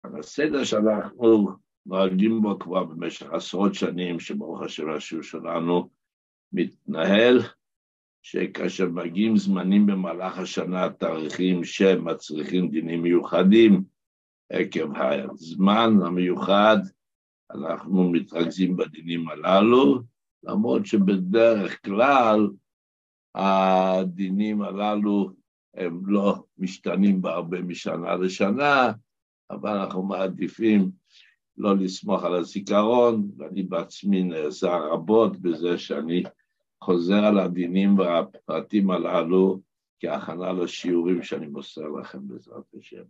הסדר שאנחנו נוהגים בו כבר במשך עשרות שנים, שברוך השם השיעור שלנו מתנהל, שכאשר מגיעים זמנים במהלך השנה, תאריכים שמצריכים דינים מיוחדים, עקב הזמן המיוחד, אנחנו מתרכזים בדינים הללו, למרות שבדרך כלל הדינים הללו הם לא משתנים בהרבה משנה לשנה, אבל אנחנו מעדיפים לא לסמוך על הזיכרון, ואני בעצמי נעזר רבות בזה שאני חוזר על הדינים והפרטים הללו כהכנה לשיעורים שאני מוסר לכם בעזרת השם.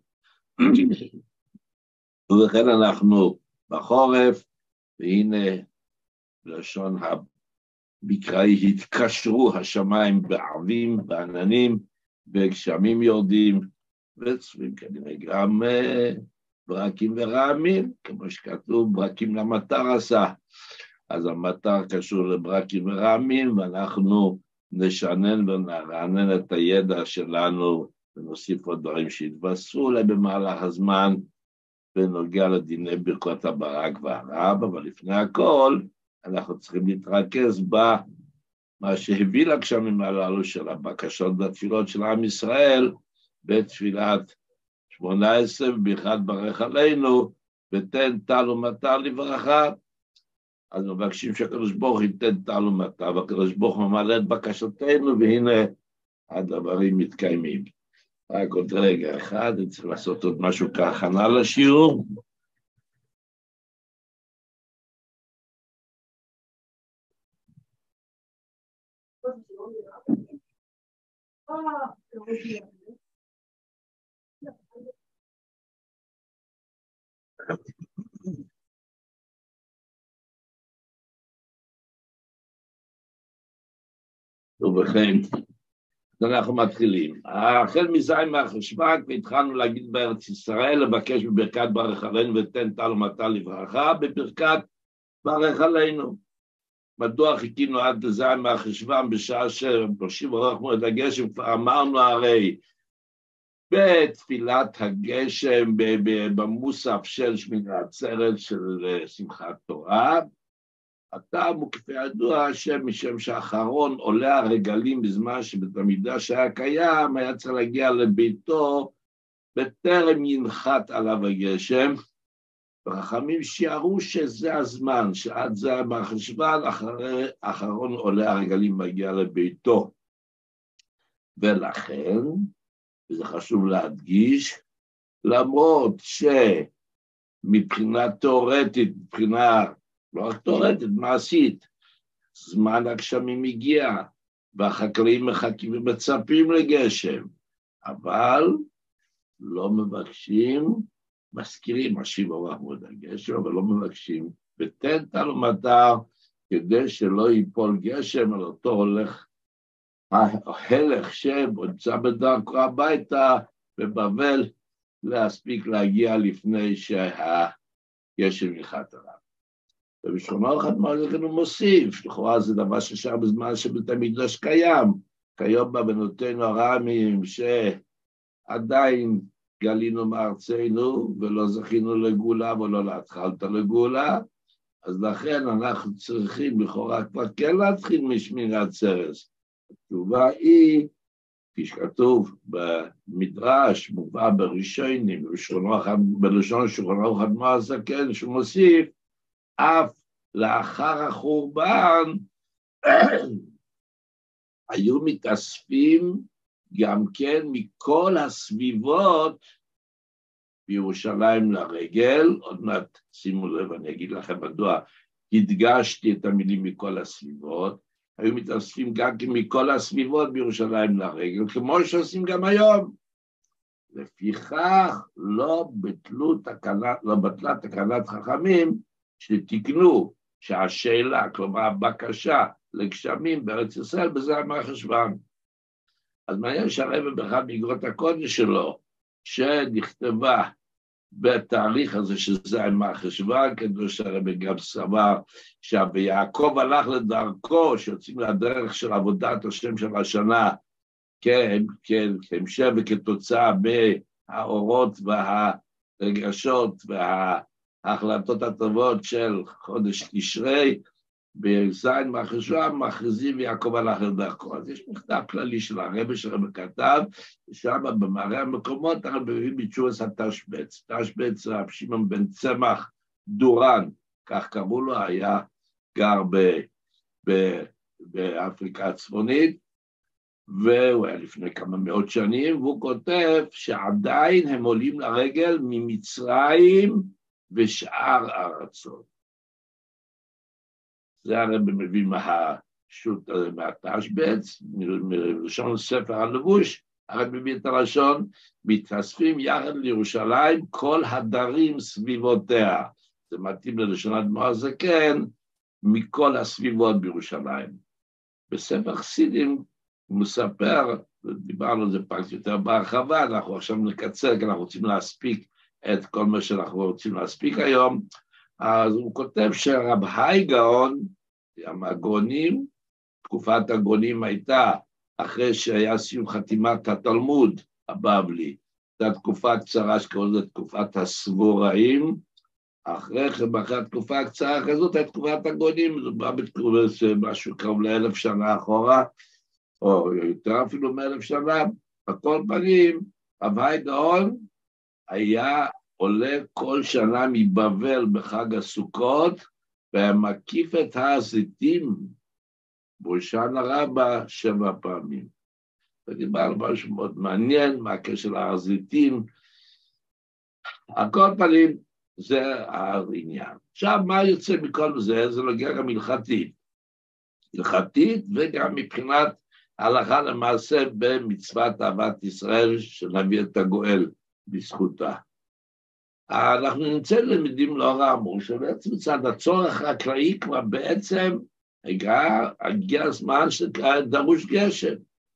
ובכן אנחנו בחורף, והנה לשון המקראי, התקשרו השמיים בערבים, בעננים, וגשמים יורדים, וצפויים כנראה גם ברקים ורעמים, כמו שכתוב, ברקים למטר עשה. אז המטר קשור לברקים ורעמים, ואנחנו נשנן ונרענן את הידע שלנו, ונוסיף עוד דברים שהתווספו אולי במהלך הזמן, בנוגע לדיני ברכות הברק והרב, אבל לפני הכל, אנחנו צריכים להתרכז במה שהביא לגשמים הללו של הבקשות והתפילות של עם ישראל, בתפילת 18, וברכת ברך עלינו, ותן טל ומטר לברכה. אז מבקשים שהקדוש ברוך ייתן טל ומטר, והקדוש ברוך ממלא את בקשותינו, והנה הדברים מתקיימים. רק עוד רגע אחד, אני צריך לעשות עוד משהו כהכנה לשיעור. ובכן, אנחנו מתחילים. החל מזין מהחשוון, והתחלנו להגיד בארץ ישראל, לבקש בברכת ברך עלינו ותן טל ומטר לברכה, בברכת ברך עלינו. מדוע חיכינו עד לזין מהחשוון בשעה שבושים אורך מועד הגשם, כבר אמרנו הרי, בתפילת הגשם, במוסף של שמיני עצרת של שמחת תורה, הטעם הוא כפי ידוע משם שאחרון עולה הרגלים בזמן שבית המקדש היה קיים, היה צריך להגיע לביתו בטרם ינחת עליו הגשם, וחכמים שיערו שזה הזמן, שעד זה מהחשוון, אחרון עולה הרגלים מגיע לביתו. ולכן, וזה חשוב להדגיש, למרות שמבחינה תיאורטית, מבחינה לא רק תיאורטית, מעשית, זמן הגשמים הגיע, והחקלאים מחכים ומצפים לגשם, אבל לא מבקשים, מזכירים, משיב אורך מועד הגשם, אבל לא מבקשים, ותן טל ומטר, כדי שלא ייפול גשם על אותו הלך שנמצא בדרכו הביתה, בבבל, להספיק להגיע לפני שהגשם ינחת עליו. ובשכונה אחת מהלכנו מוסיף, לכאורה זה דבר ששר בזמן שבית המקדש קיים, כיום בבנותינו הרעמים שעדיין גלינו מארצנו ולא זכינו לגאולה ולא להתחלת לגאולה, אז לכן אנחנו צריכים לכאורה כבר כן להתחיל משמיני עצרת. התשובה היא, כפי שכתוב במדרש, מובא בראשונים, בלשון שולחן ערוך אדמו"ר הזקן, שמוסיף, אף לאחר החורבן היו מתאספים גם כן מכל הסביבות בירושלים לרגל, עוד מעט שימו לב, אני אגיד לכם מדוע הדגשתי את המילים מכל הסביבות, היו מתאספים גם כן מכל הסביבות בירושלים לרגל, כמו שעושים גם היום. לפיכך לא בטלה תקנת חכמים, שתקנו שהשאלה, כלומר הבקשה לגשמים בארץ ישראל, בזה מהחשוון. אז מעניין שהרב באחד מאגרות הקודש שלו, שנכתבה בתאריך הזה שזה מהחשוון, כדי שהרב גם סבר, שיעקב הלך לדרכו, שיוצאים לדרך של עבודת השם של השנה, כהמשך וכתוצאה מהאורות הרגשות וההחלטות הטובות של חודש תשרי, בזין מחשובה מכריזים ויעקב הלך לדרכו. אז יש מכתב כללי של הרבי שהרבי כתב, ושם במראה המקומות הרבי מביא בתשובס התשבץ. תשבץ רב שמעון בן צמח דורן, כך קראו לו, היה גר באפריקה הצפונית, והוא היה לפני כמה מאות שנים, והוא כותב שעדיין הם עולים לרגל ממצרים ושאר הארצות. זה הרבי מביא מהתשבץ, מלשון ספר הלבוש, הרבי מביא את הלשון, מתאספים יחד לירושלים כל הדרים סביבותיה. זה מתאים ללשון האדמו"ר הזקן, מכל הסביבות בירושלים. בספר חסידים הוא מספר, דיברנו על זה פעם יותר בהרחבה, אנחנו עכשיו נקצר, כי אנחנו רוצים להספיק את כל מה שאנחנו רוצים להספיק היום, אז הוא כותב שרב היי גאון, המגונים, תקופת הגונים הייתה אחרי שהיה סיום חתימת התלמוד הבבלי, זו תקופה קצרה שקוראים לזה תקופת הסבוראים, אחרי התקופה הקצרה כזאת, הייתה תקופת הגונים, זה בא בתקופה משהו קרוב ל1000 שנה אחורה, או יותר אפילו מ1000 שנה, בכל פנים, רב היי גאון היה עולה כל שנה מבבל בחג הסוכות, ומקיף את הר הזיתים, בהושענא רבה 7 פעמים. ודיברנו משהו מאוד מעניין, מה הקשר להר הזיתים. על כל פנים, זה העניין. עכשיו, מה יוצא מכל זה? זה נוגע גם הלכתית. הלכתית וגם מבחינת הלכה למעשה במצוות אהבת ישראל, שנביא את הגואל בזכותה. אנחנו נמצא למדים לאור האמור, שבעצם מצד הצורך החקלאי כבר בעצם הגיע הזמן שדרוש גשם.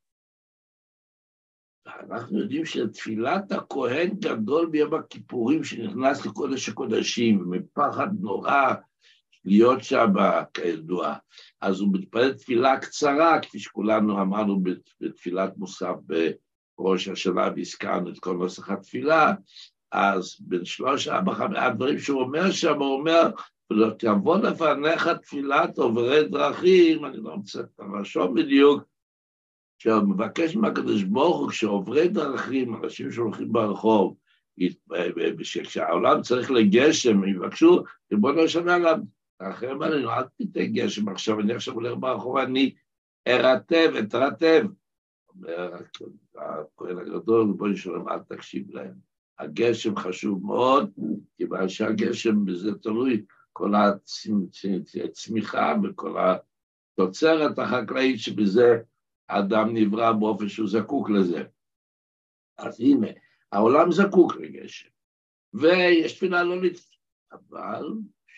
אנחנו יודעים שתפילת הכהן גדול ביום הכיפורים שנכנס לקודש הקודשים, מפחד נורא להיות שם כידוע. אז הוא מתפלל תפילה קצרה, כפי שכולנו אמרנו בתפילת מוסף בראש השנה, והזכרנו את כל נוסח התפילה, אז בין 3-4 הדברים שהוא אומר שם, הוא אומר, ולא תבוא לפניך תפילת עוברי דרכים, אני לא מצא את הלשון בדיוק, שהוא מבקש מהקדוש ברוך הוא, כשעוברי דרכים, אנשים שהולכים ברחוב, כשהעולם צריך לגשם, יבקשו, ריבונו של עולם, אחרי מה אני אל תיתן גשם עכשיו, אני עכשיו הולך ברחוב, אני אתרטב. אומר, הכהן הגדול, ריבונו של עולם, אל תקשיב להם. הגשם חשוב מאוד, כיוון שהגשם בזה תלוי כל הצמיחה וכל התוצרת החקלאית שבזה האדם נברא באופן שהוא זקוק לזה. אז הנה, העולם זקוק לגשם, ויש תפילה לא נצטרך, אבל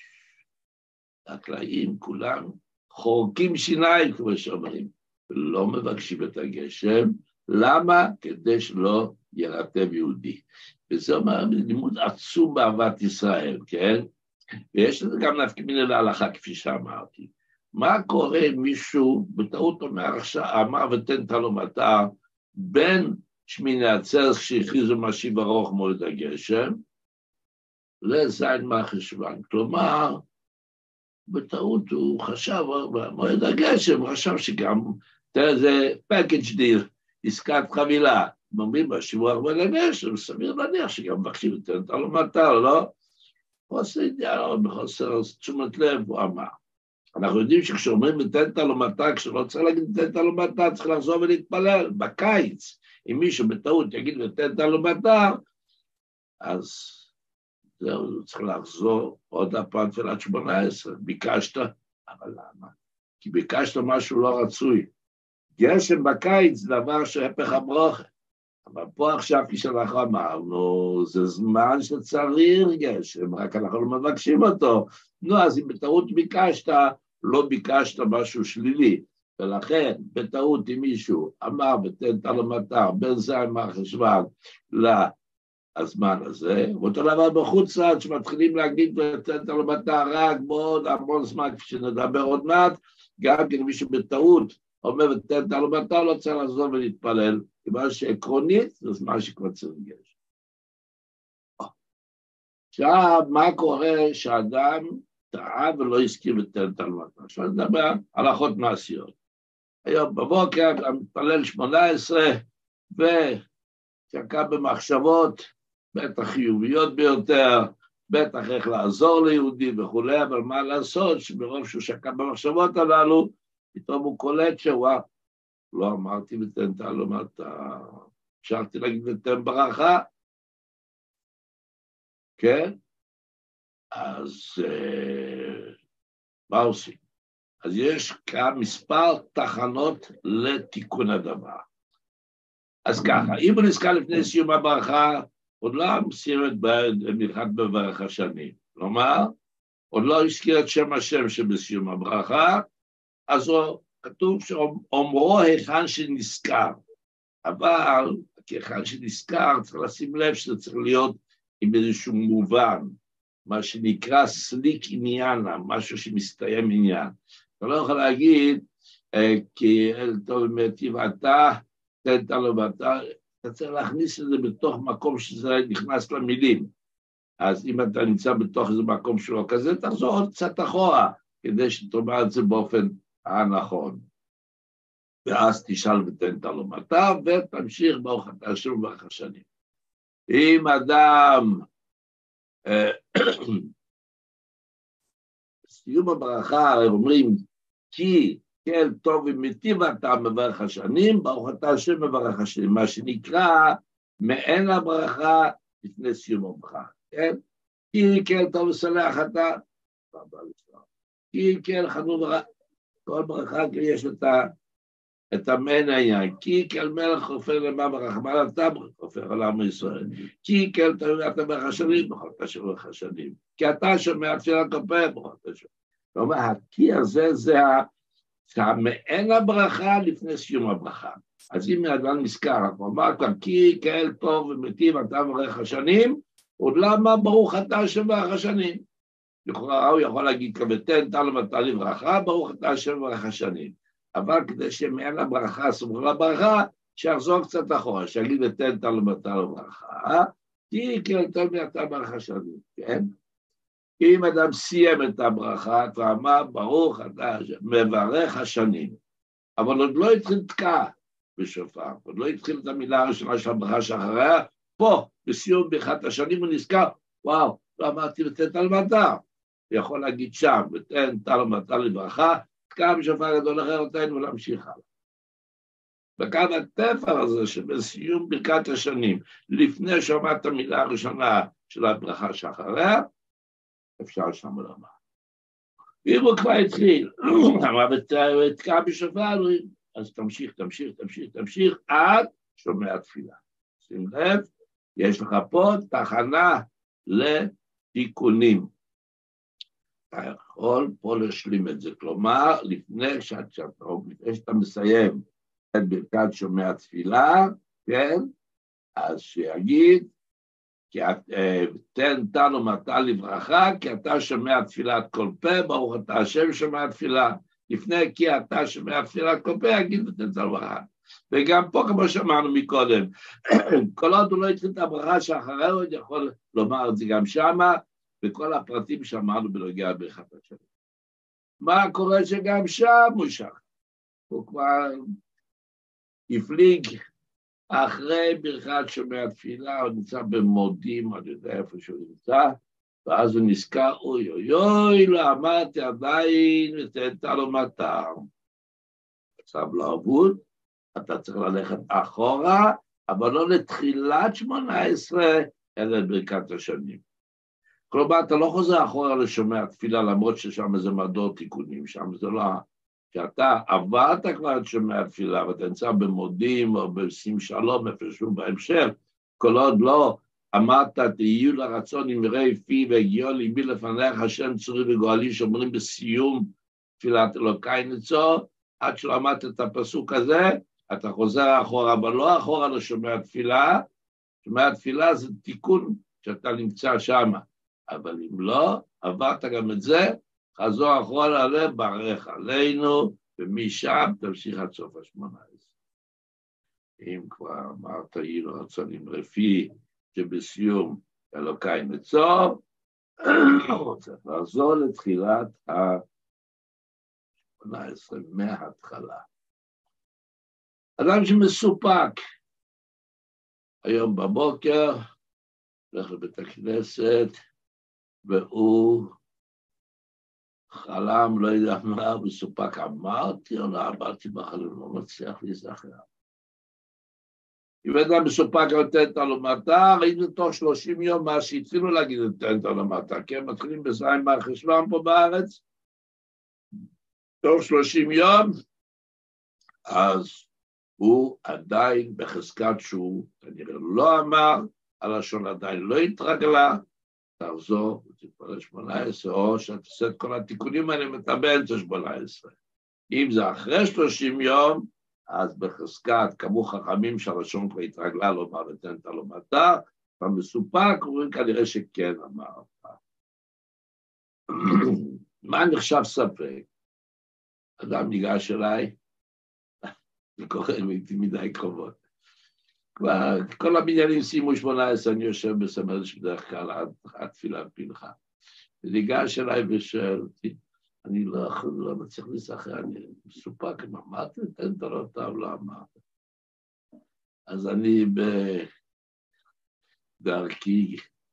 החקלאים כולם חורקים שיניים, כמו שאומרים, ולא מבקשים את הגשם, למה? כדי שלא ירטב יהודי. וזה אומר לימוד עצום באהבת ישראל, כן? ויש לזה גם נפקא מינה להלכה, כפי שאמרתי. מה קורה אם מישהו, בטעות אמר ותן תעלומתה, בין שמיני עצרת שהכריזו משיב ארוך מועד הגשם, לזין מחשוון. כלומר, בטעות הוא חשב, במועד הגשם, הוא חשב שגם, זה package deal, עסקת חבילה, אומרים בשבוע ארבע לגשם, סביר להניח שגם מבקשים ותן תעלומתה, לא? חוסר אידיאל, בחוסר תשומת לב, הוא אמר. אנחנו יודעים שכשאומרים ותן תעלומתה, כשלא צריך להגיד ותן תעלומתה, צריך לחזור ולהתפלל. בקיץ, אם מישהו בטעות יגיד ותן תעלומתה, אז זהו, צריך לחזור עוד הפעם תפילת 18. ביקשת, אבל למה? כי ביקשת משהו לא רצוי. גשם בקיץ זה דבר שהפך הברוכה. אבל פה עכשיו כשאנחנו אמרנו, זה זמן שצריך גשם, רק אנחנו לא מבקשים אותו. נו, אז אם בטעות ביקשת, לא ביקשת משהו שלילי, ולכן בטעות אם מישהו אמר ותן תעלומתה בין זין מחשוון לזמן הזה, ואותו דבר בחוץ לארץ שמתחילים להגיד ותן תעלומתה רק בעוד המון זמן, כפי שנדבר עוד מעט, גם כן מישהו בטעות אומר ותן תעלומתה, לא צריך לחזור ולהתפלל, כיוון שעקרונית זה זמן שכבר צריך גשם. עכשיו, מה קורה שאדם טעה ולא הזכיר ותן תלמודו? עכשיו נדבר על הלכות מעשיות. היום בבוקר אתה מתפלל 18, ושקע במחשבות, בטח חיוביות ביותר, בטח איך לעזור ליהודי וכולי, אבל מה לעשות שברוב שהוא שקע במחשבות הללו, פתאום הוא קולט שהוא לא אמרתי ותן תלמודו, אפשרתי להגיד ותן ברכה, כן? אז מה עושים? אז יש כאן מספר תחנות לתיקון הדבר. אז ככה, אם הוא נזכר לפני סיום הברכה, עוד לא מסיים את ברכת בברך השנים. כלומר, עוד לא הזכיר את שם השם שבסיום הברכה, אז כתוב שאומרו היכן שנזכר. אבל כיכן שנזכר צריך לשים לב שזה צריך להיות עם איזשהו מובן, מה שנקרא סליק עניינה, משהו שמסתיים עניין. אתה לא יכול להגיד, כי טוב מטיב אתה, תן תלו ואתה, אתה צריך להכניס את זה בתוך מקום שזה נכנס למילים. אז אם אתה נמצא בתוך איזה מקום שלו כזה, תחזור עוד קצת אחורה, כדי שתאמר את זה באופן הנכון. ואז תשאל ותן תלו ואתה, ותמשיך ברוך אתה השם וברך השנים. אם אדם, סיום הברכה אומרים, כי כל טוב ומיטיב אתה מברך השנים, ברוך אתה השם מברך השנים, מה שנקרא מעין הברכה לפני סיום הברכה, כן? כי כל טוב וסלח אתה, כי כל חנון ברכה, כל ברכה יש את המעין העניין, כי כל מלך חופר למה ברחמן אתה חופר על עם ישראל, כי כל טוב אתה מברך השנים, ברוך אתה השם מברך השנים, כי אתה שומע תפילת כפה, ברוך אתה השם. כלומר, הכי הזה זה המעין הברכה לפני סיום הברכה. אז אם האדם נזכר, הוא אמר כבר, כי כל טוב ומיטיב אתה מברך השנים, עוד למה ברוך אתה השם מברך השנים? לכאורה הוא יכול להגיד, ותן תלו ואתה לברכה, ברוך אתה השם מברך השנים. אבל כדי שמעין הברכה, סמוך לברכה, שיחזור קצת אחורה, שיגיד ותן תלו ואתה לברכה, כי כל טוב ואתה מברך השנים, כן? אם אדם סיים את הברכה, ואמר, ברוך אתה מברך השנים, אבל עוד לא התחיל תקע בשופר, עוד לא התחיל את המילה הראשונה של הברכה שאחריה, פה, בסיום ברכת השנים הוא נזכר, וואו, לא אמרתי ותן תלו ואתה, הוא יכול להגיד שם, ותן תלו ואתה לברכה, תקע בשופר גדול אחר אותנו ולהמשיך הלאה. בקו התפר הזה שבסיום ברכת השנים, לפני שאמרת המילה הראשונה של הברכה שאחריה, אפשר שם לומר. ואם הוא כבר התחיל, אמר ותקע בשופר, אז תמשיך, עד שומע תפילה. שים לב, יש לך פה תחנה לתיקונים. אתה יכול פה להשלים את זה, כלומר, לפני שאתה מסיים את ברכת שומע תפילה, כן? אז שיגיד, תן תלו ואתה לברכה, כי אתה שומע תפילת כל פה, ברוך אתה השם שומע תפילה. לפני כי אתה שומע תפילת כל פה, יגיד ותן תלו וברכה. וגם פה, כמו שאמרנו מקודם, כל עוד הוא לא התחיל את הברכה שאחריה, הוא יכול לומר את זה גם שמה, וכל הפרטים שאמרנו בנוגע לברכת השם. מה קורה שגם שם הוא שכח? הוא כבר הפליג, אחרי ברכת שומע תפילה, הוא נמצא במודים, אני יודע איפה שהוא נמצא, ואז הוא נזכר, אוי אוי אוי, לא אמרתי עדיין, ותן תלו ואתה. עכשיו לעבוד, אתה צריך ללכת אחורה, אבל לא לתחילת 18, אלא ברכת השנים. כלומר, אתה לא חוזר אחורה לשומע תפילה, למרות ששם זה מדור תיקונים, שם זה לא... שאתה עברת כבר את שומע תפילה, ואתה נמצא במודים או בשים שלום, איפשהו בהמשך, כל עוד לא אמרת, תהיו לרצון אמרי פי והגיעו ליבי לפניך, השם צורי וגואלי, שאומרים בסיום תפילת אלוקי נצור, עד שלא אמרת את הפסוק הזה, אתה חוזר אחורה, אבל לא אחורה לשומע תפילה, שומע תפילה זה תיקון שאתה נמצא שם, אבל אם לא, עברת גם את זה, חזור אחרונה עליהם, ברך עלינו, ומשם תמשיך עד סוף 18. אם כבר אמרת, יהי לו רצון אמרי פי, שבסיום אלוקי נצור, צריך לחזור לתחילת ה-18, מההתחלה. אדם שמסופק, היום בבוקר, הולך לבית הכנסת, והוא חלם, לא יודע מה, מסופק, אמרתי או לא אמרתי בחלום, לא מצליח להיזכר. אם אדם מסופק נותן תעלומתה, ראינו תוך 30 יום מה שהתחילו להגיד נותן תעלומתה, כי הם מתחילים בזין מהחשוון פה בארץ, תוך 30 יום, אז הוא עדיין בחזקת שהוא כנראה לא אמר, הלשון עדיין לא התרגלה, תחזור ותתפלל 18, או שתעשה את כל התיקונים האלה באמצע 18. אם זה אחרי 30 יום, אז בחזקת כמו חכמים שהלשון כבר התרגלה לומר ותן תעלומתה, במסופק אומרים כנראה שכן אמר. מה נחשב ספק? אדם ניגש אליי, זה קורה מדי קרובות. כבר כל הבניינים סיימו 18, אני יושב בסמרש בדרך כלל עד תפילת פנחה. וניגש אליי ושואל אותי, אני לא מצליח להיזכר, אני מסופק, אם אמרתי, תן תעלומתה או לא אמרת. אז אני בדרכי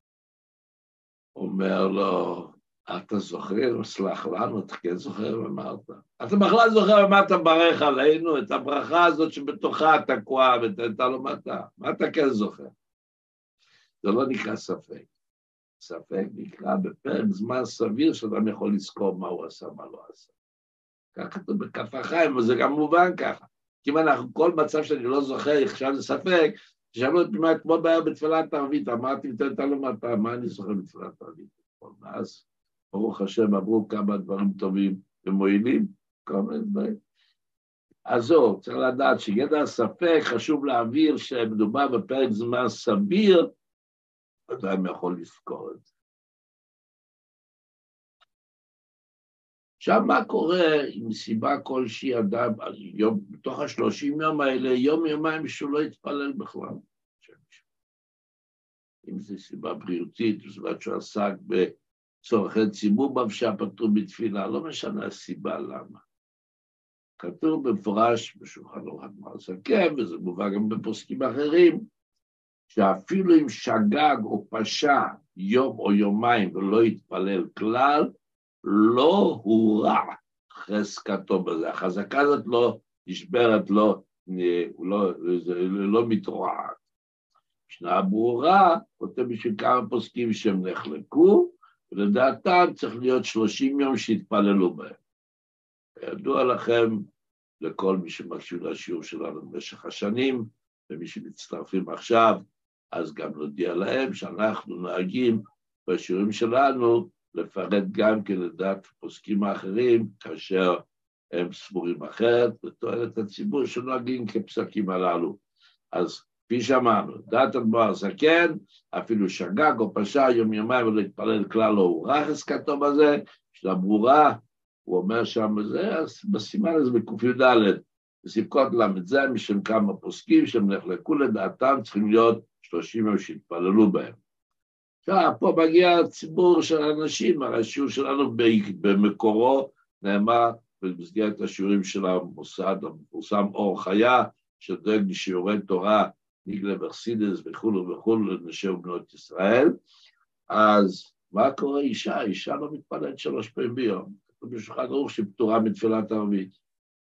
אומר לו, אתה זוכר, סלח לנו, אתה כן זוכר ואמרת. אתה בכלל זוכר ומה אתה ברך עלינו, את הברכה הזאת שבתוכה אתה תקוע ותן תעלומתה. מה אתה כן זוכר? זה לא נקרא ספק. ספק נקרא בפרק זמן סביר שאדם יכול לזכור מה הוא עשה, מה לא עשה. ככה כתוב בכף החיים, וזה גם מובן ככה. כי אם אנחנו, כל מצב שאני לא זוכר, עכשיו זה ספק, תשאלו את מה, כמו בעיה בתפילת ערבית, אמרתי ותן תעלומתה, מה אני זוכר בתפילת ערבית? ואז, ברוך השם, עברו כמה דברים טובים ומועילים, כל מיני דברים. אז זהו, צריך לדעת שידע הספק, חשוב להעביר שמדובר בפרק זמן סביר, אדם יכול לזכור את זה. עכשיו, מה קורה עם סיבה כלשהי אדם, בתוך 30 יום האלה, יום-יומיים שהוא לא יתפלל בכלל. אם זו סיבה בריאותית, זאת אומרת שהוא עסק בצורכי ציבור בפשע פטור בתפילה, לא משנה הסיבה למה. כתוב במפורש בשולחן ערוך הגמרא סכם, וזה מובא גם בפוסקים אחרים, שאפילו אם שגג או פשע יום או יומיים ולא יתפלל כלל, לא הורע חזקתו בזה. החזקה הזאת לא נשברת, לא מתרועעת. משנה ברורה, כותב בשביל כמה פוסקים שהם נחלקו, ולדעתם צריך להיות 30 יום שהתפללו בהם. ידוע לכם, לכל מי שמקשיב לשיעור שלנו במשך השנים, ומי שמצטרפים עכשיו, אז גם נודיע להם שאנחנו נוהגים בשיעורים שלנו, לפרט גם כן לדעת פוסקים האחרים, כאשר הם סבורים אחרת, לתועלת הציבור שנוהגים כפסקים הללו. אז כפי שאמרנו, דעת אדמו"ר הזקן, אפילו שגג או פשע יום-יומיים ולא התפלל כלל לא הורע חזקתו בזה, משנה ברורה, הוא אומר שם בזה, אז בסימן הזה בק"ד, בספקות ל"ז, משם כמה פוסקים שהם נחלקו לדעתם, צריכים להיות 30 יום שהתפללו בהם. עכשיו, פה מגיע הציבור של האנשים, השיעור שלנו במקורו נאמר, במסגרת השיעורים של המוסד, המפורסם אור חיה, שדואג לשיעורי תורה, ניגלה וחסידס וכולו וכולו לנשי ובנות ישראל, אז מה קורה אישה? אישה לא מתפללת 3 פעמים ביום, בשולחן ערוך שפטורה מתפילת ערבית.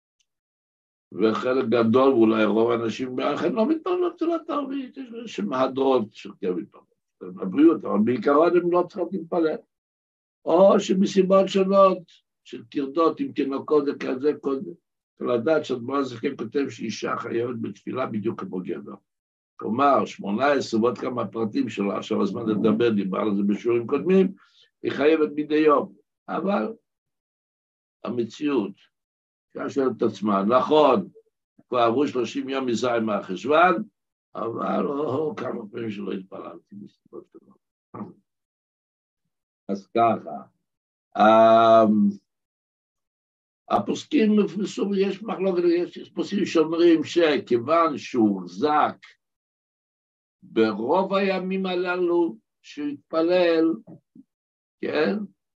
וחלק גדול, ואולי רוב האנשים באחד לא מתפללות תפילת ערבית, יש מהדרות של כן מתפללות. הבריאות, אבל בעיקרון הם לא צריכות להתפלל. או שמסיבות שונות, של תרדות עם תינוקות וכזה קודם. ולדעת שאדמו"ר הזקן כותב שאישה חייבת בתפילה בדיוק כמו גבר. כלומר, 18 ועוד כמה פרטים שלו, עכשיו הזמן לדבר, דיבר על זה בשיעורים קודמים, היא חייבת מדי יום. אבל המציאות, כאשר את עצמה, נכון, כבר עברו 30 יום מזין מהחשוון, אבל כמה פעמים שלא התפללתי מסיבות שלו. אז ככה, הפוסקים, יש מחלוקת, יש פוסקים שאומרים שכיוון שהוא הוחזק ברוב הימים הללו שהוא התפלל, כן?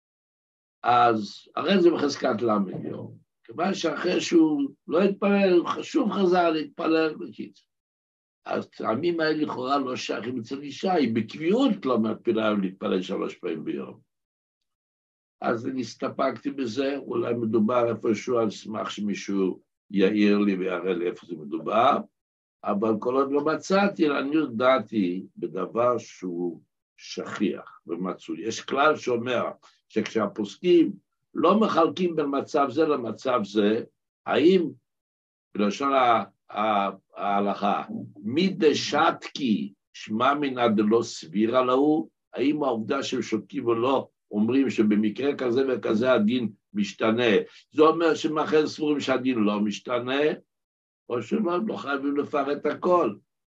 אז הרי זה בחזקת למד יום. כיוון שאחרי שהוא לא התפלל, הוא חשוב חזר להתפלל בקיצור. אז טעמים האלה לכאורה לא שייכים אצל אישה, היא בקביעות לא מפילה להתפלל 3 פעמים ביום. אז אני הסתפקתי בזה, אולי מדובר איפשהו על סמך שמישהו יעיר לי ויראה לי איפה זה מדובר, אבל כל עוד לא מצאתי, אני הודעתי בדבר שהוא שכיח ומצוי. יש כלל שאומר שכשהפוסקים לא מחלקים בין מצב זה למצב זה, האם, בלשון ההלכה, מי דשתקי שמע מינא דלא סבירה להו, האם העובדה שהם שותקים או לא, אומרים שבמקרה כזה וכזה הדין משתנה, זה אומר שמאחר סבורים שהדין לא משתנה, או שלא חייבים לפרט הכל.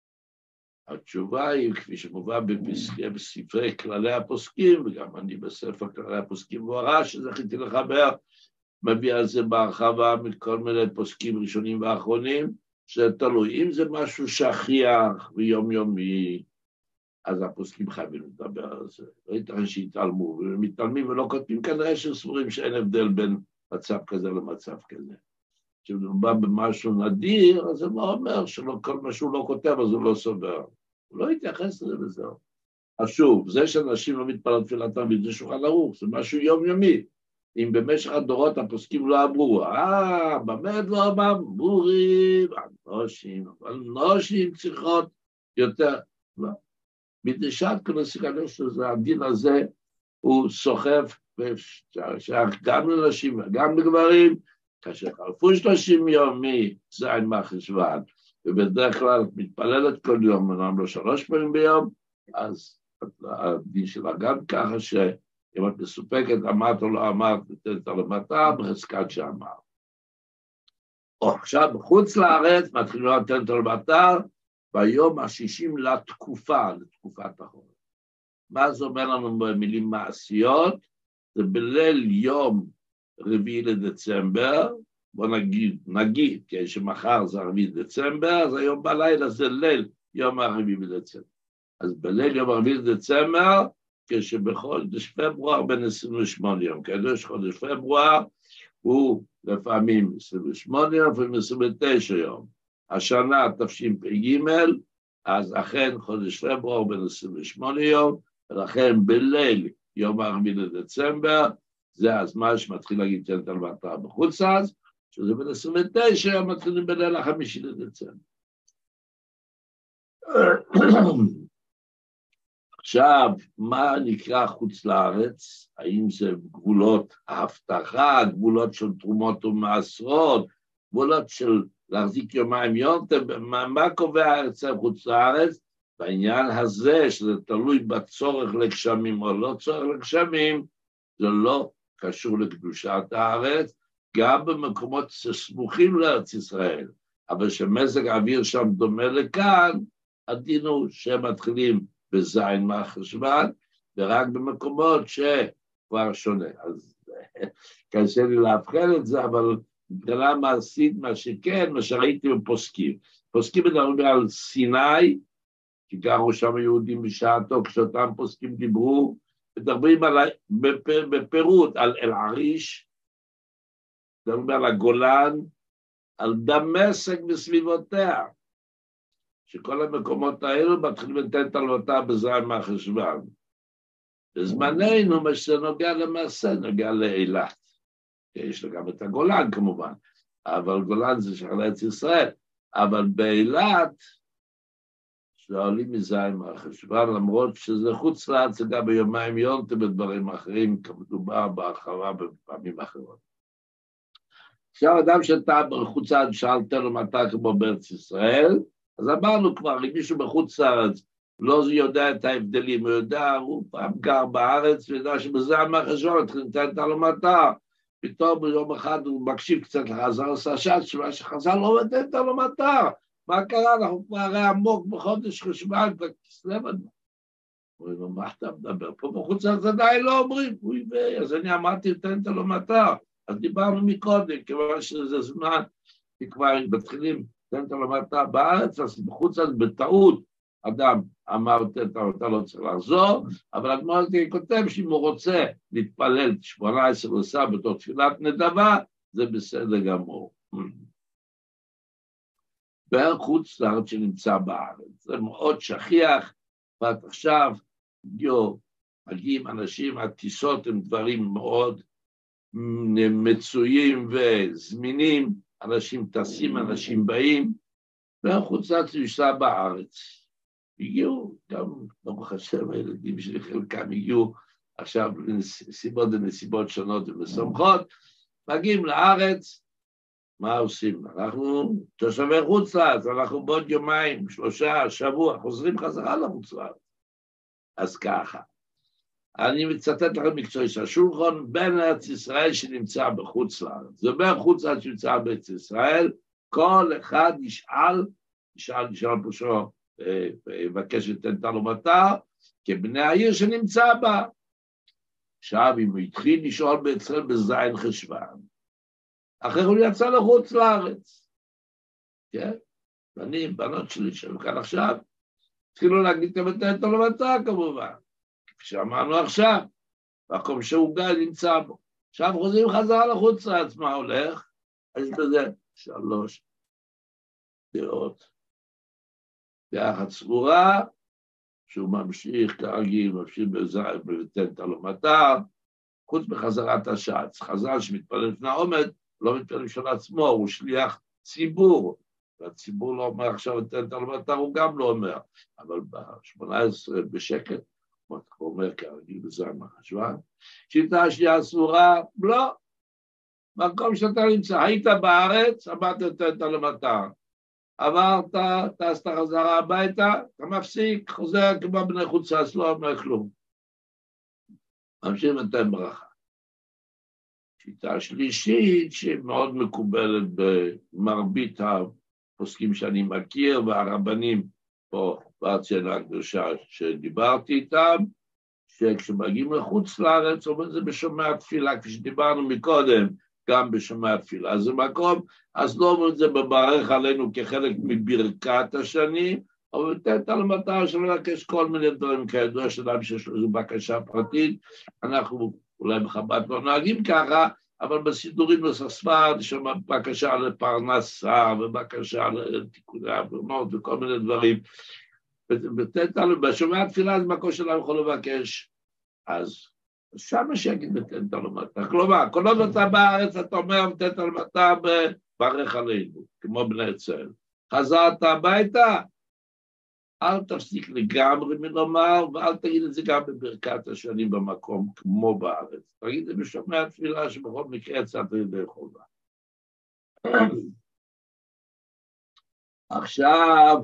התשובה היא, כפי שמובא בספרי כללי הפוסקים, וגם אני בספר כללי הפוסקים והוראה, שזכיתי לחבר, מביא על זה בהרחבה מכל מיני פוסקים ראשונים ואחרונים, שתלוי, אם זה משהו שכיח ויומיומי, אז הפוסקים חייבים לדבר על זה. לא ייתכן שיתעלמו, ומתעלמים ולא כותבים, כנראה שסבורים שאין הבדל בין מצב כזה למצב כזה. כשמדובר במשהו נדיר, אז זה לא אומר שלא כל מה שהוא לא כותב, אז הוא לא סובר. הוא לא יתייחס לזה וזהו. אז שוב, זה שאנשים לא מתפלל תפילת ערבית, זה שולחן ערוך, זה משהו יומיומי. אם במשך הדורות הפוסקים לא אמרו, באמת לא אמורים, אבל נושים צריכות יותר, לא. מדשת כנסיקנו שזה הדין הזה, הוא סוחף, גם לנשים וגם לגברים, כאשר חלפו 30 יום מזין מהחשוון, ובדרך כלל מתפללת כל יום, אמנם לא 3 פעמים ביום, אז הדין שלה גם ככה שאם את מסופקת, אמרת או לא אמרת, נתנת על המטה, בחזקת שאמר. עכשיו, בחוץ לארץ, מתחילים לתת על המטה, ביום ה-60 לתקופת החורף. מה זה אומר לנו במילים מעשיות? זה בליל יום 4 לדצמבר, בוא נגיד, כי שמחר זה 4 לדצמבר, אז היום בלילה זה ליל יום 4 לדצמבר. אז בליל יום 4 לדצמבר, כשבחודש פברואר בין 28 יום, כדוש חודש פברואר הוא לפעמים 28 יום ולפעמים 29 יום. השנה תשפ"ג, אז אכן חודש פברואר בין 28 יום, ולכן בליל יום 4 לדצמבר, זה הזמן שמתחיל להגיד תנת על מטרה בחוץ אז, שזה בין 29 יום מתחילים בליל 5 לדצמבר. עכשיו, מה נקרא חוץ לארץ? האם זה גבולות ההבטחה, גבולות של תרומות ומעשרות, גבולות של להחזיק יומיים יום, מה קובע ארצה חוץ לארץ? בעניין הזה, שזה תלוי בצורך לגשמים או לא צורך לגשמים, זה לא קשור לקדושת הארץ, גם במקומות שסמוכים לארץ ישראל, אבל שמזג האוויר שם דומה לכאן, הדין הוא שמתחילים בזין מהחשוון, ורק במקומות שכבר שונה. אז קשה לי להבחן את זה, אבל מבחינה מעשית, מה שכן, מה שראיתי בפוסקים. פוסקים מדברים על סיני, כי גרו שם יהודים בשעתו, כשאותם פוסקים דיברו, מדברים בפירוט על אל-עריש, מדברים על הגולן, על דמשק בסביבותיה, שכל המקומות האלו מתחילים לתת עלותה בזין מהחשוון. בזמננו, מה שנוגע למעשה, נוגע לאילת. יש לה גם את הגולן כמובן, אבל גולן זה של ארץ ישראל, אבל באילת, שעולים מזין מהחשוון, למרות שזה חוץ לארץ, זה גם ביומיים יונטה בדברים אחרים, כמדובר בהרחבה בפעמים אחרות. עכשיו אדם שאתה בחוץ לארץ, שאלת לו מתי כמו בארץ ישראל, אז אמרנו כבר, אם מישהו בחוץ לארץ לא יודע את ההבדלים, הוא יודע, הוא פעם גר בארץ, ויודע שבזין מהחשוון, התחיל לתת לו מטה, פתאום ביום אחד הוא מקשיב קצת לחז"ל, עושה שמה שחז"ל לא נותן את המטה. מה קרה? אנחנו כבר הרי עמוק בחודש חשוון, וכסלו, אומרים לו, מה אתה מדבר? פה בחוץ לארץ עדיין לא אומרים, אז אני אמרתי, תן את המטה. אז דיברנו מקודם, כיוון שזה זמן, כי כבר מתחילים, תן את המטה בארץ, אז בחוץ לארץ בטעות, אדם אמר, אתה לא צריך לחזור, אבל הגמרא כותב שאם הוא רוצה להתפלל 18 עושה בתור תפילת נדבה, זה בסדר גמור. בחוץ לארץ שנמצא בארץ, זה מאוד שכיח, ואת עכשיו מגיעים אנשים, הטיסות הם דברים מאוד מצויים וזמינים, אנשים טסים, אנשים באים, והחוץ לארץ נמצא בארץ. הגיעו, גם ברוך השם, הילדים שלי חלקם הגיעו עכשיו לנסיבות שונות ומשמחות, מגיעים לארץ, מה עושים? אנחנו תושבי חוץ לארץ, אנחנו בעוד יומיים, 3 שבוע, חוזרים חזרה לחוץ לארץ. אז ככה, אני מצטט לכם מקצועי שהשולחן בין ארץ ישראל שנמצא בחוץ לארץ, זה בין חוץ לארץ שנמצא בארץ ישראל, כל אחד ישאל פה שו, יבקש לתת לו מטר, כבני העיר שנמצא בה. עכשיו, אם הוא התחיל לשאול בישראל בזין חשוון, אחרי הוא יצא לחוץ לארץ. כן? ואני, בנות שלי, שהם כאן עכשיו, התחילו להגיד לתת לו מטר כמובן, כפי שאמרנו עכשיו, והקום שהוא גיא נמצא בו. עכשיו חוזרים חזרה לחוץ לארץ, מה הולך? אז בזה 3 דעות. דעה צבורה, שהוא ממשיך כרגיל, ממשיך בזין, ולתת לו מטר, חוץ בחזרת השץ. חזר שמתפלל לפני העומד, לא מתפלל של עצמו, הוא שליח ציבור, והציבור לא אומר עכשיו לתת לו מטר, הוא גם לא אומר, אבל ב-18 בשקט, הוא אומר כרגיל בזין מחשוון, שיטה השנייה סבורה, לא, מקום שאתה נמצא, היית בארץ, אמרת לתת לו מטר, עברת, טסת חזרה הביתה, אתה מפסיק, חוזר כמו בני חוץ לארץ, לא אומר כלום. ממשיך ונותן ברכה. שיטה שלישית, שהיא מאוד מקובלת במרבית הפוסקים שאני מכיר, והרבנים פה בארצנו הקדושה שדיברתי איתם, שכשמגיעים לחוץ לארץ, אומרים זה בשומע תפילה, כפי שדיברנו מקודם, גם בשומע תפילה. זה מקום, אז לא אומרים את זה בברך עלינו כחלק מברכת השנים, אבל לתת על המטרה שלא לבקש כל מיני דברים כידוע שלנו שיש לו בקשה פרטית, אנחנו אולי בחב"ד לא נוהגים ככה, אבל בסידורים בספרד יש שם בקשה לפרנסה ובקשה לתיקוני עוונות וכל מיני דברים. בשומע תפילה זה מקום שלנו יכול לבקש, אז שם שיגיד לתת על המטרה. כלומר, כל עוד אתה בארץ אתה אומר לתת על המטרה בברך עלינו, כמו בני צל. חזרת הביתה, אל תפסיק לגמרי מלומר, ואל תגיד את זה גם בברכת השנים במקום, כמו בארץ. תגיד את זה בשומע התפילה שבכל מקרה יצאת ידי חובה. עכשיו,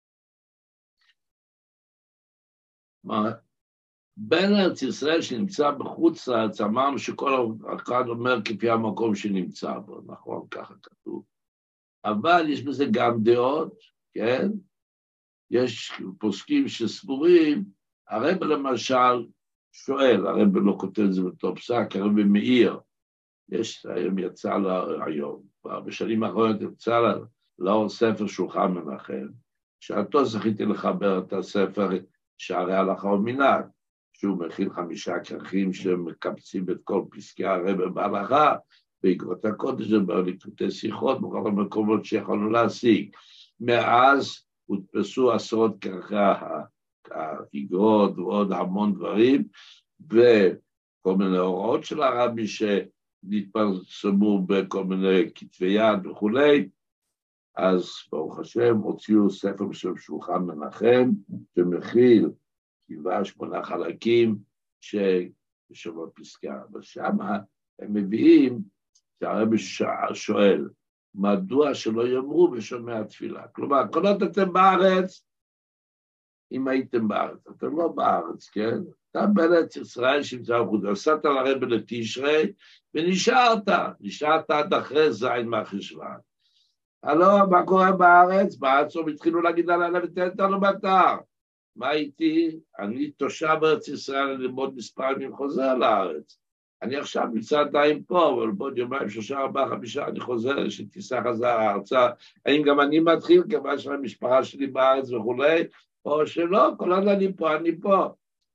בין ארץ ישראל שנמצא בחוץ לארץ, אמרנו שכל אחד אומר כפי המקום שנמצא בו, נכון? ככה כתוב. אבל יש בזה גם דעות, כן? יש פוסקים שסבורים, הרב למשל שואל, הרב לא כותב את זה בתור פסק, הרב מאיר, יש, היום יצא היום, בשנים האחרונות יצא לאור ספר שולחן מנחם, שעתו זכיתי לחבר את הספר שערי הלכה ומנהג, שהוא מכיל 5 כרכים שמקבצים את כל פסקי הרב בהלכה, בעקבות הקודש ובליקוטי שיחות, בכל המקומות שיכולנו להשיג. מאז הודפסו 10 כרכי האגרות ועוד המון דברים, וכל מיני הוראות של הרבי שנתפרסמו בכל מיני כתבי יד וכולי, אז ברוך השם הוציאו ספר בשם שולחן מנחם, שמכיל 7-8 חלקים ששם פסקה, ושם הם מביאים, שהרבי שואל, מדוע שלא יאמרו בשומע התפילה? כלומר, כל עוד אתם בארץ, אם הייתם בארץ, אתם לא בארץ, כן? אתה בארץ ישראל שנמצא בחוץ, עשת לרבי לתשרי, ונשארת עד אחרי זין מהחשוון. הלא, מה קורה בארץ? בארץ הם התחילו להגיד עליו ותתת לו מטר. מה הייתי? אני תושב בארץ ישראל, אני ללמוד מספר ימים חוזר לארץ. אני עכשיו נמצא עדיין פה, אבל בעוד יומיים, 3, 4, 5, אני חוזר, שטיסה חזר הארצה. האם גם אני מתחיל, כיוון שהמשפחה שלי בארץ וכולי, או שלא, כל עוד אני פה, אני פה.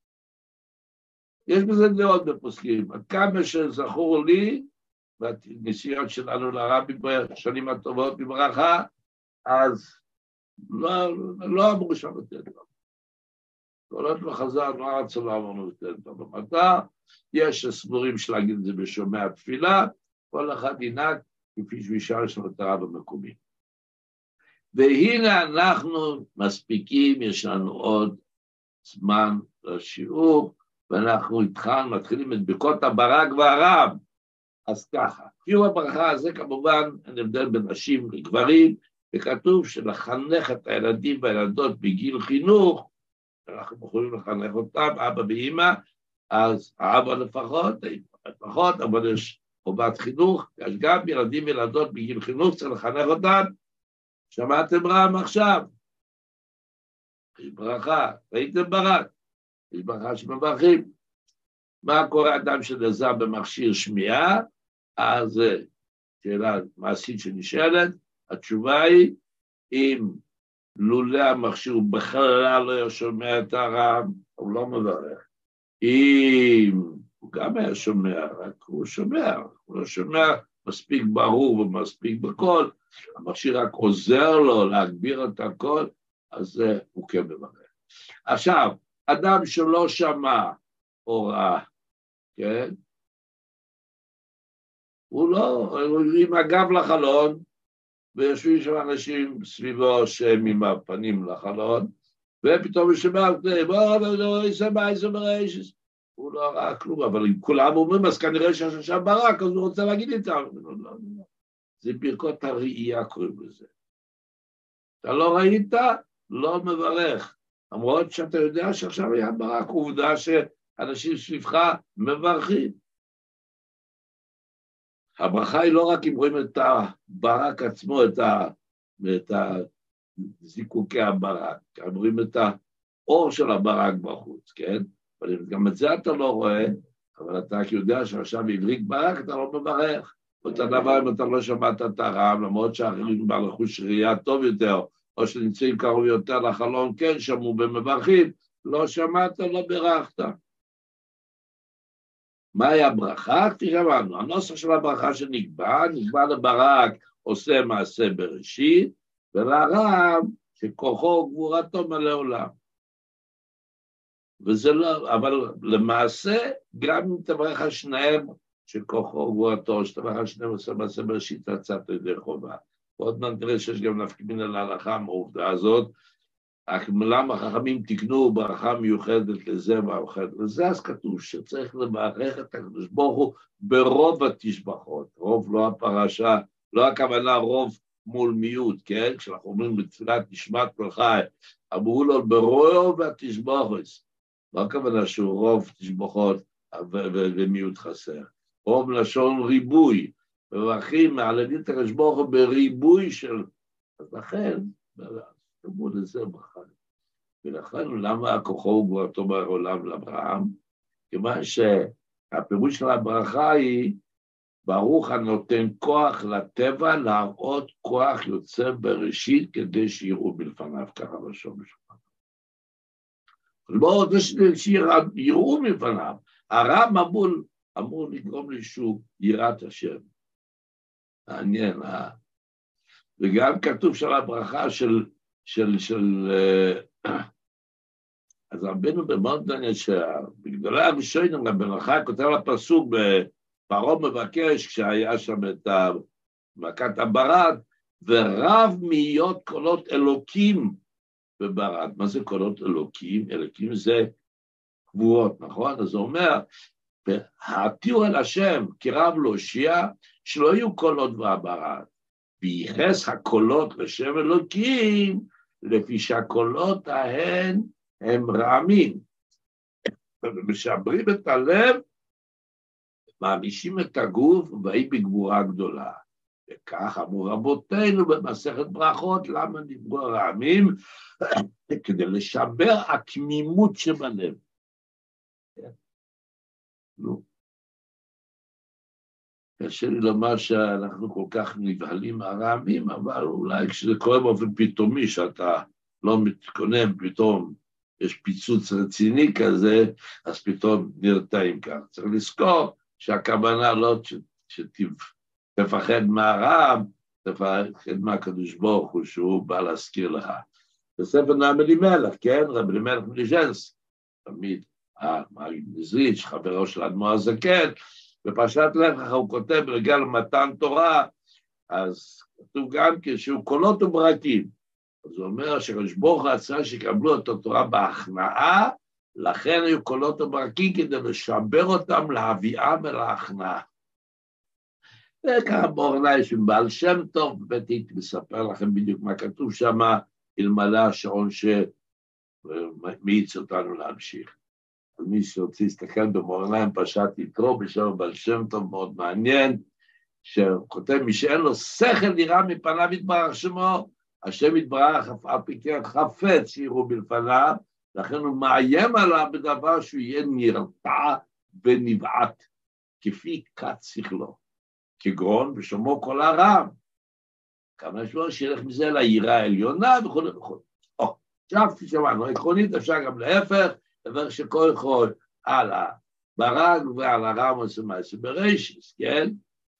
יש בזה דעות בפוסקים, עד כמה שזכור לי, בניסיון שלנו לרבי בשנים הטובות בברכה, אז לא אמרו שם לתת לו. כל עוד לא חזר, לא רצו לא אמרנו לתת לו במטר, יש סבורים שלהגיד את זה בשומע תפילה, כל אחד ינהג כפי שהוא ישר של מטרה במקומי. והנה אנחנו מספיקים, יש לנו עוד זמן לשיעור, ואנחנו מתחילים את ברכות הברק והרב. אז ככה, שיעור הברכה הזה כמובן, אין הבדל בין נשים לגברים, וכתוב שלחנך את הילדים והילדות בגיל חינוך, אנחנו יכולים לחנך אותם, אבא ואמא, אז האבא לפחות, אבל יש חובת חינוך, יש גם ילדים וילדות בגיל חינוך, צריך לחנך אותם. שמעתם רם עכשיו? יש ברכה, ראיתם ברק? יש ברכה שמברכים. מה קורה אדם שנעזר במכשיר שמיעה? אז שאלה מעשית שנשאלת, התשובה היא, אם לולא המכשיר הוא בכלל לא שומע את הרם, הוא לא מברך. אם הוא גם היה שומע, רק הוא לא שומע מספיק ברור ומספיק בקול, המכשיר רק עוזר לו להגביר את הכל, אז הוא כן מברך. עכשיו, אדם שלא שמע הוראה, כן? הוא עם הגב לחלון, ויושבים שם אנשים סביבו שהם עם הפנים לחלון, ופתאום הוא שמע, הוא לא ראה כלום, אבל אם כולם אומרים, אז כנראה שיש שם ברק, אז הוא רוצה להגיד איתם. זה ברכות הראייה קוראים לזה. אתה לא ראית, לא מברך. למרות שאתה יודע שעכשיו היה ברק, עובדה שאנשים סביבך מברכים. הברכה היא לא רק אם רואים את הברק עצמו, את זיקוקי הברק, הם רואים את האור של הברק בחוץ, כן? אבל גם את זה אתה לא רואה, אבל אתה יודע שעכשיו הבריק ברק, אתה לא מברך. אותו דבר אם אתה לא שמעת את הרם, למרות שאחרים בעל חוש ראייה טוב יותר, או שנמצאים קרוב יותר לחלון, כן שמעו במברכים, לא שמעת, לא ברכת. מהי הברכה? כפי שאמרנו, הנוסח של הברכה שנקבע לברק עושה מעשה בראשית, ולרם שכוחו גבורתו מלא עולם. וזה לא, אבל למעשה, גם אם תברך על שניהם שכוחו גבורתו, שתברך על שניהם עושה מעשה בראשית, יצאת ידי חובה. ועוד מעט נראה שיש גם נפקא מינה להלכה מהעובדה הזאת, למה החכמים תקנו ברכה מיוחדת לזה והמיוחדת לזה, אז כתוב שצריך לברך את הקדוש ברוך הוא ברוב התשבחות, רוב לא הפרשה, לא הכוונה רוב מול מיעוט, כן? כשאנחנו אומרים בתפילת נשמת כל חי, אמרו לו ברוב התשבחות, לא הכוונה שהוא רוב תשבחות ומיעוט חסר, רוב לשון ריבוי, מברכים מעללים את הקדוש ברוך הוא בריבוי של, אז לכן, תאמרו לזה ברכה. ולכן למה הכוחו הוא גבורתו בעולם לאברהם? כיוון שהפירוש של הברכה היא, ברוך הנותן כוח לטבע להראות כוח יוצא בראשית כדי שיראו בלפניו, ככה בשום משפט. לא רוצה שיראו מלפניו, הרב אמור לגרום לישהו יראת השם. מעניין, וגם כתוב של הברכה אז רבינו במונדניה שבגדולי הראשונים, הברכה כותב לפסוק בפרעה מבקש, כשהיה שם את מכת הברד, ורב מהיות קולות אלוקים בברד. מה זה קולות אלוקים? אלוקים זה קבועות, נכון? אז הוא אומר, העתירו אל השם כרב להושיע, שלא יהיו קולות בברד. וייחס הקולות לשם אלוקים, לפי שהקולות ההן הם רעמים, ומשברים את הלב, מענישים את הגוף, והיא בגבורה גדולה. וכך אמרו רבותינו במסכת ברכות, למה דיברו הרעמים? כדי לשבר הכמימות שבלב. נו. קשה לי לומר שאנחנו כל כך נבהלים מהרעמים, אבל אולי כשזה קורה באופן פתאומי, שאתה לא מתכונן, פתאום יש פיצוץ רציני כזה, אז פתאום נרתעים כך. צריך לזכור שהכוונה לא שתפחד מהרעם, תפחד מהקדוש ברוך הוא שהוא בא להזכיר לך. בספר נעם אלימלך, כן? רב אלימלך מליז'נסק, תמיד המגיד נזריץ', חברו של אדמו"ר הזקן, בפרשת לך לך הוא כותב ברגע למתן תורה, אז כתוב גם כשהוא קולות וברקים. אז הוא אומר שקדוש ברוך הוא רצה שיקבלו את התורה בהכנעה, לכן היו קולות וברקים כדי לשבר אותם להביאם אל ההכנעה. וככה באורנאי של בעל שם טוב, ובאתי מספר לכם בדיוק מה כתוב שם, אלמלא השעון שמאיץ אותנו להמשיך. אז מי שרוצה להסתכל במאורניים פרשת יתרו, בשם בעל שם טוב מאוד מעניין, שכותב מי שאין לו שכל נראה מפניו יתברך שמו, השם יתברך אף על פי כן חפץ יראו בלפניו, לכן הוא מאיים עליו בדבר שהוא יהיה נרתע ונבעט, כפי כת שכלו, כגרון ושמו כל הרם. כמה שבוע שילך מזה ליראה העליונה וכו' וכו'. עכשיו שמענו, עקרונית אפשר גם להפך, דבר שכל יכול על הברק ועל הרם עושה מעשה בראשיס, כן?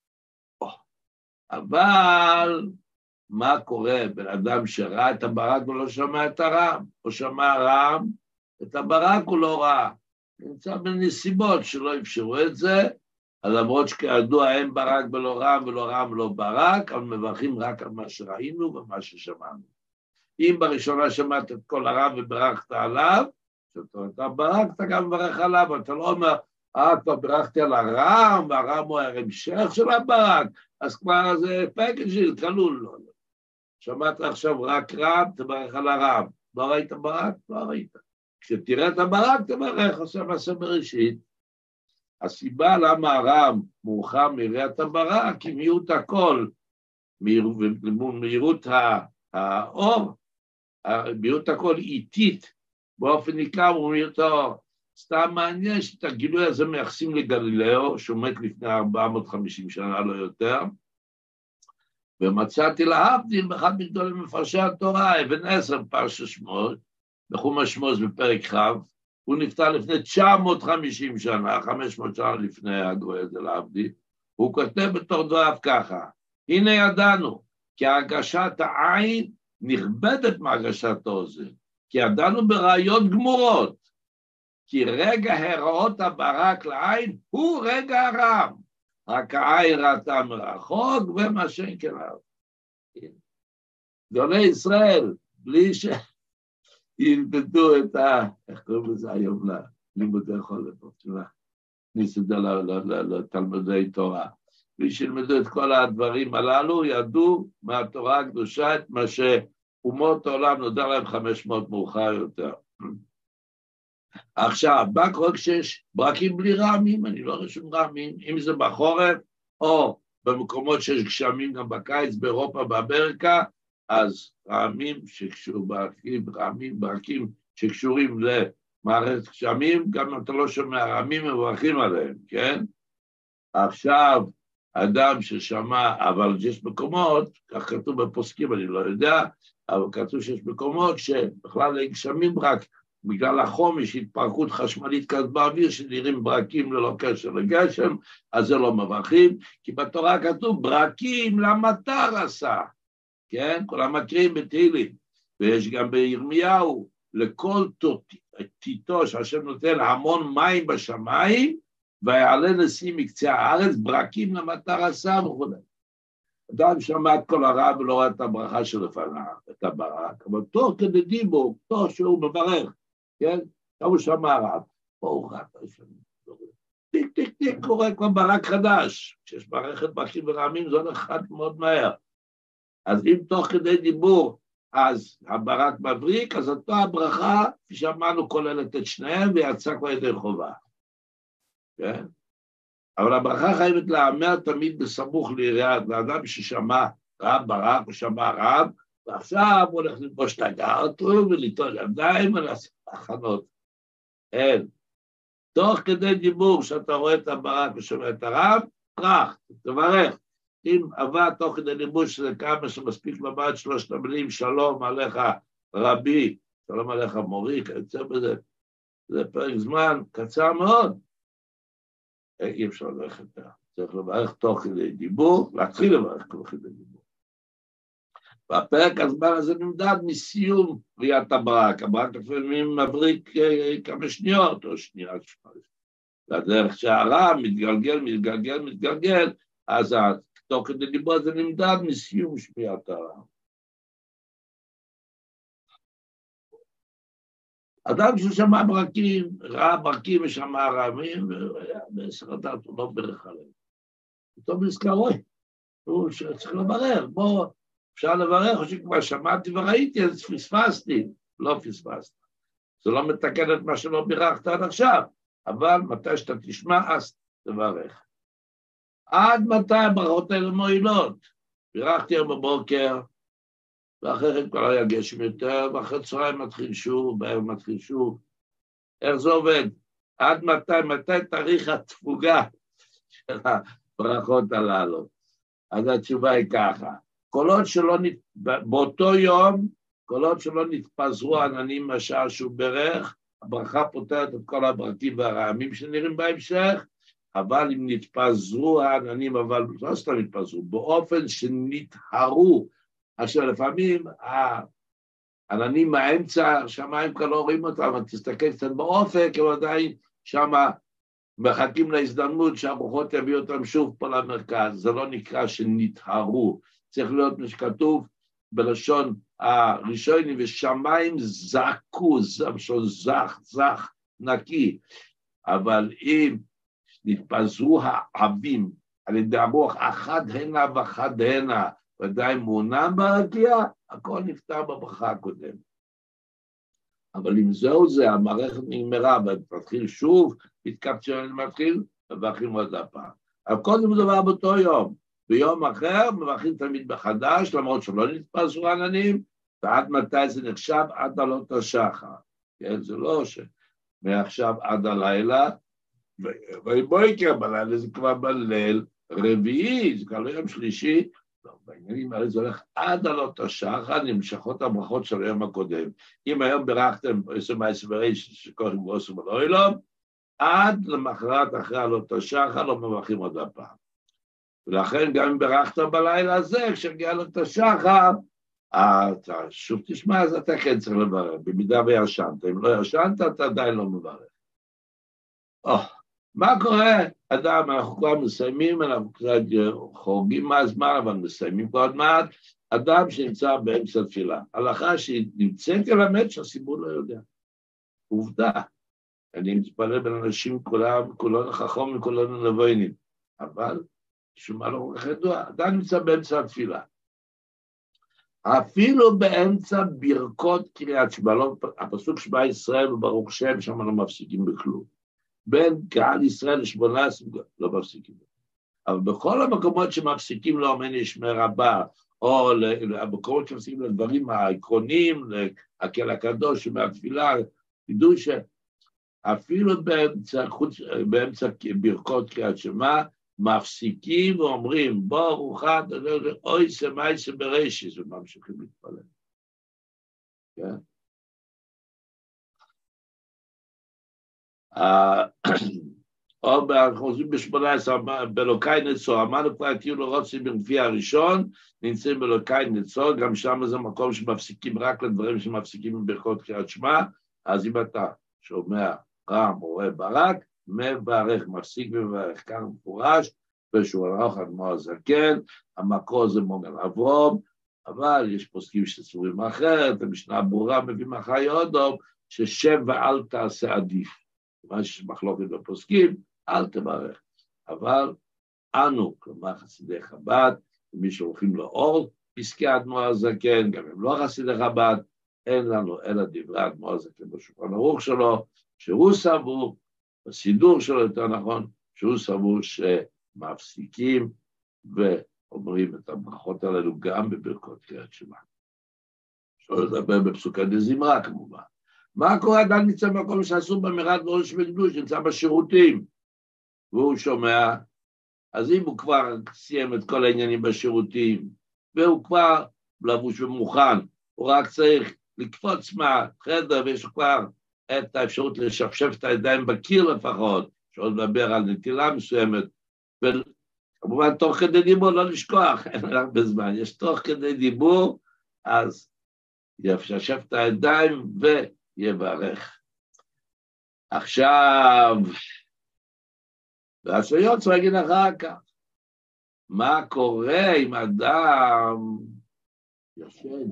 אבל מה קורה בן אדם שראה את הברק ולא שמע את הרם, או שמע הרם, את הברק הוא לא ראה, נמצא בנסיבות שלא אפשרו את זה, אז למרות שכידוע אין ברק ולא רם ולא רם ולא ברק, אבל מברכים רק על מה שראינו ומה ששמענו. אם בראשונה שמעת את כל הרם וברכת עליו, אתה ברכת גם מברך עליו, אתה לא אומר, אתה ברכתי על הרם, והרם הוא המשך של הברק, אז כבר זה פקג'יל, כלול לו. שמעת עכשיו רק רם, תברך על הרם. לא ראית ברק? לא ראית. כשתראה את הברק, תברך, עושה מעשה בראשית. הסיבה למה הרם מאוחר מראיית הברק, היא מהירות הכל, מהירות האור, מהירות הכל איטית, באופן ניכר ומהירות האור. סתם מעניין שאת הגילוי הזה מייחסים לגלילאו, שהוא מת לפני 450 שנה, לא יותר, ומצאתי להבדיל באחד מגדולי מפרשי התורה, אבן 10 פרשת שמות, בחומש שמות בפרק כ', הוא נפטר לפני 950 שנה, 500 שנה לפני הגוי הזה להבדיל, הוא כותב בתור דבריו ככה, הנה ידענו, כי הרגשת העין נכבדת מהרגשת האוזן, כי ידענו בראיות גמורות, כי רגע הראות הברק לעין הוא רגע הרם, רק העין ראתה מרחוק ומה שאין כלל. גדולי ישראל, בלי שילמדו את איך קוראים לזה היום ללימודי חול, נכניס את זה לתלמודי תורה, בלי שילמדו את כל הדברים הללו, ידעו מהתורה הקדושה את מה שאומות העולם נודע להם 500 מאוחר יותר. עכשיו, מה קורה כשיש ברקים בלי רעמים? אני לא רואה שום רעמים, אם זה בחורף, או במקומות שיש גשמים גם בקיץ, באירופה, באמריקה, אז רעמים ברקים שקשורים למערכת גשמים, גם אם אתה לא שומע רעמים, מברכים עליהם, כן? עכשיו, אדם ששמע, אבל יש מקומות, כך כתוב בפוסקים, אני לא יודע, אבל כתוב שיש מקומות שבכלל אין גשמים רק, בגלל החום יש התפרקות חשמלית כזאת באוויר שנראים ברקים ללא קשר לגשם, אז זה לא מברכים, כי בתורה כתוב ברקים למטר עשה, כן? כולם מכירים בתהילים, ויש גם בירמיהו, לכל תיתו שהשם נותן המון מים בשמיים, ויעלה נשיא מקצה הארץ, ברקים למטר עשה וכו'. אדם שמע את כל הרע ולא רואה את הברכה שלפניו, את הברק, אבל תוך כדי דיבור, תוך שהוא מברך, כן? הוא שמע רב, ברוך אתה השם, טיק טיק טיק קורה כבר ברק חדש, כשיש מערכת ברקים ורעמים זה הולך אחד מאוד מהר, אז אם תוך כדי דיבור, אז הברק מבריק, אז אותו הברכה, כפי שאמרנו, כוללת את שניהם ויצא כבר ידי חובה, כן? אבל הברכה חייבת להאמר תמיד בסמוך ליריעת, לאדם ששמע רב ברק או שמע רב, ועכשיו הוא הולך ללבוש את הגרטו ולטול ידיים ולעשות הכנות. אין. תוך כדי דיבור שאתה רואה את הברק ושומע את הרב, פרח, תברך. אם עבד תוך כדי דיבור שזה כמה שמספיק לבד 3 המילים, שלום עליך רבי, שלום עליך מורי, כיוצא בזה, זה פרק זמן קצר מאוד. אי אפשר ללכת, צריך לברך תוך כדי דיבור, להתחיל לברך תוך כדי דיבור. והפרק הזמן הזה נמדד מסיום בריאת הברק, הברק לפעמים מבריק כמה שניות, או שנייה, והדרך שהרע מתגלגל, אז תוך כדי דיבור הזה נמדד מסיום שמיעת הרע. אדם ששמע ברקים, ראה ברקים ושמע רעמים, והיה בעשר הדעת, הוא לא ברך עליהם. פתאום נזכר, הוא צריך לברר, בוא, אפשר לברך, או שכבר שמעתי וראיתי, אז פספסתי, לא פספסתי. זה לא מתקן את מה שלא בירכת עד עכשיו, אבל מתי שאתה תשמע, אז תברך. עד מתי הברכות האלה מועילות? בירכתי היום בבוקר, ואחרי כן כבר היה גשם יותר, ואחרי צהריים מתחיל שוב, בערב מתחיל שוב. איך זה עובד? עד מתי תאריך התפוגה של הברכות הללו? אז התשובה היא ככה, באותו יום, כל עוד שלא נתפזרו העננים מהשעה שהוא ברך, הברכה פותרת את כל הברקים והרעמים שנראים בהמשך, אבל אם נתפזרו העננים, אבל לא סתם נתפזרו, באופן שנתהרו, אשר לפעמים העננים מהאמצע, השמיים כבר לא רואים אותם, אבל תסתכל קצת באופק, אבל עדיין שם מחכים להזדמנות שהרוחות יביאו אותם שוב פה למרכז, זה לא נקרא שנתהרו, צריך להיות מה שכתוב בלשון הראשונים, ושמיים זעקו, זך, נקי, אבל אם נתפזרו העבים על ידי המוח, אחד הנה ואחד הנה, ודאי מעונן ברקיע, הכל נפתר בברכה הקודמת. אבל אם זהו זה, המערכת נגמרה, ומתחיל שוב, מתחיל, מברכים עוד הפעם. אבל קודם דבר באותו יום, ביום אחר מברכים תמיד מחדש, למרות שלא נתפזרו עננים, ועד מתי זה נחשב? עד עלות השחר. כן, זה לא שמעכשיו עד הלילה, ובוא יקרה בלילה, זה כבר בליל רביעי, זה כבר לא יום שלישי, בעניינים האלה זה הולך עד עלות השחר, נמשכות הברכות של היום הקודם. אם היום ברכתם שקוראים ועושים על אוילום, עד למחרת אחרי עלות השחר לא מברכים עוד הפעם. ולכן גם אם ברכת בלילה הזה, כשהגיע עלות השחר, אתה שוב תשמע, אז אתה כן צריך לברך, במידה וישנת. אם לא ישנת, אתה עדיין לא מברך. מה קורה? אדם, אנחנו כבר מסיימים, אנחנו קצת חורגים מהזמן, אבל מסיימים כבר עוד מעט, אדם שנמצא באמצע תפילה. הלכה שנמצאת ללמד שהסיבור לא יודע. עובדה. אני מתפלל בין אנשים כולנו חכום וכולנו נבוינים. אבל, שמה לא כל כך ידוע, אדם נמצא באמצע התפילה. אפילו באמצע ברכות קריאת שמע, הפסוק שמע ישראל וברוך שם, שם לא מפסיקים בכלום. בין קהל ישראל ל18 לא מפסיקים. אבל בכל המקומות שמפסיקים לו אמן ישמע רבה, או במקומות שמפסיקים לדברים העקרוניים, להקל הקדוש מהתפילה, תדעו שאפילו באמצע ברכות קריאת שמע, מפסיקים ואומרים, ברוך אתה, אוי סמאי סבראשיס, וממשיכים להתפלל. כן? או בחוזרים ב-18, באלוקי נצור, אמרנו כבר, כאילו רוצים ברפי הראשון, נמצאים באלוקי נצור, גם שם זה מקום שמפסיקים רק לדברים שמפסיקים בברכות קריאת שמע, אז אם אתה שומע רם או רואה ברק, מברך, מפסיק ומברך, כאן מפורש, בשולחן אדמו"ר הזקן, המקור זה מוגן אברום, אבל יש פוסקים שסבורים אחרת, המשנה ברורה מביא מחי אודום, ששב ואל תעשה עדיף. מה שיש מחלוקת בפוסקים, אל תברך. אבל אנו, כלומר חסידי חב"ד, ומי שהולכים לאור, פסקי אדמו"ר הזקן, גם אם לא חסידי חב"ד, אין לנו אלא דברי אדמו"ר הזקן בשולחן ערוך שלו, שהוא סבור, בסידור שלו יותר נכון, שהוא סבור שמפסיקים ואומרים את הברכות האלו גם בברכות קריאת שמע. שלא לדבר בפסוקי דזמרה כמובן. מה קורה? אדם נמצא במקום שעשו במרד ראש וקדוש, נמצא בשירותים, והוא שומע, אז אם הוא כבר סיים את כל העניינים בשירותים, והוא כבר לבוש ומוכן, הוא רק צריך לקפוץ מהחדר, ויש כבר את האפשרות לשפשף את הידיים בקיר לפחות, שעוד לדבר על נטילה מסוימת, וכמובן תוך כדי דיבור לא לשכוח, אין הרבה זמן, יש תוך כדי דיבור, אז יפשפשף את הידיים ויברך. עכשיו, והסויות צריך להגיד אחר כך, מה קורה אם אדם ישן?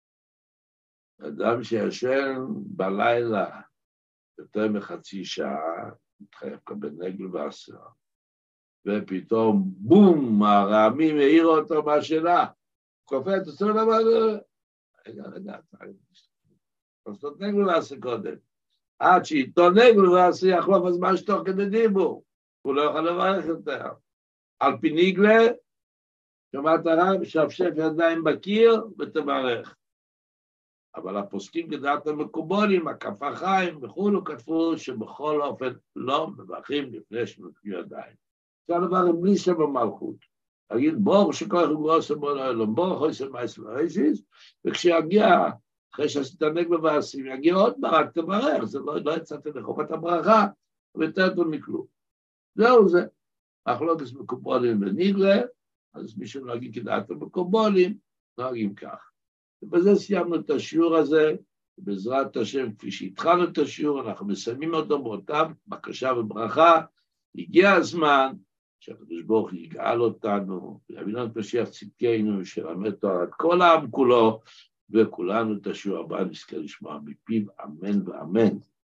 אדם שישן בלילה יותר מחצי שעה, מתחייב לקבל נגל ועשר, ופתאום בום, הרעמים העירו אותו מהשינה, קופץ, עושה לו דבר, רגע, לעשות נגל ועשר קודם, עד שאיתו נגל ועשר יחלוף הזמן שתוך כדי דיבור, הוא לא יכול לברך יותר. על פי ניגלה, שמעת הרב, שפשף ידיים בקיר ותברך. אבל הפוסקים כדעת המקובולים, הכף החיים וכולו, כתבו שבכל אופן לא מברכים לפני שנוטלים ידיים. זה הדבר בלי שם המלכות. להגיד בור שכוח וגרוס אמון האלום, בור חויסר מייס ורייסיס, וכשיגיע, אחרי שעשית נגלה ועשים, יגיע עוד ברק, תברך, זה לא יצאת לחובת הברכה, ויותר טוב מכלום. זהו זה. מחלוקת מקובולים וניגלה, אז מי שנוהגים כדעת המקובולים, נוהגים כך. ובזה סיימנו את השיעור הזה, ובעזרת השם, כפי שהתחלנו את השיעור, אנחנו מסיימים אותו באותם בקשה וברכה. הגיע הזמן שהקדוש ברוך הוא יגאל אותנו, ויביא לנו את משיח צדקנו, שילמד תורה את כל העם כולו, וכולנו את השיעור הבא נזכה לשמוע מפיו, אמן ואמן.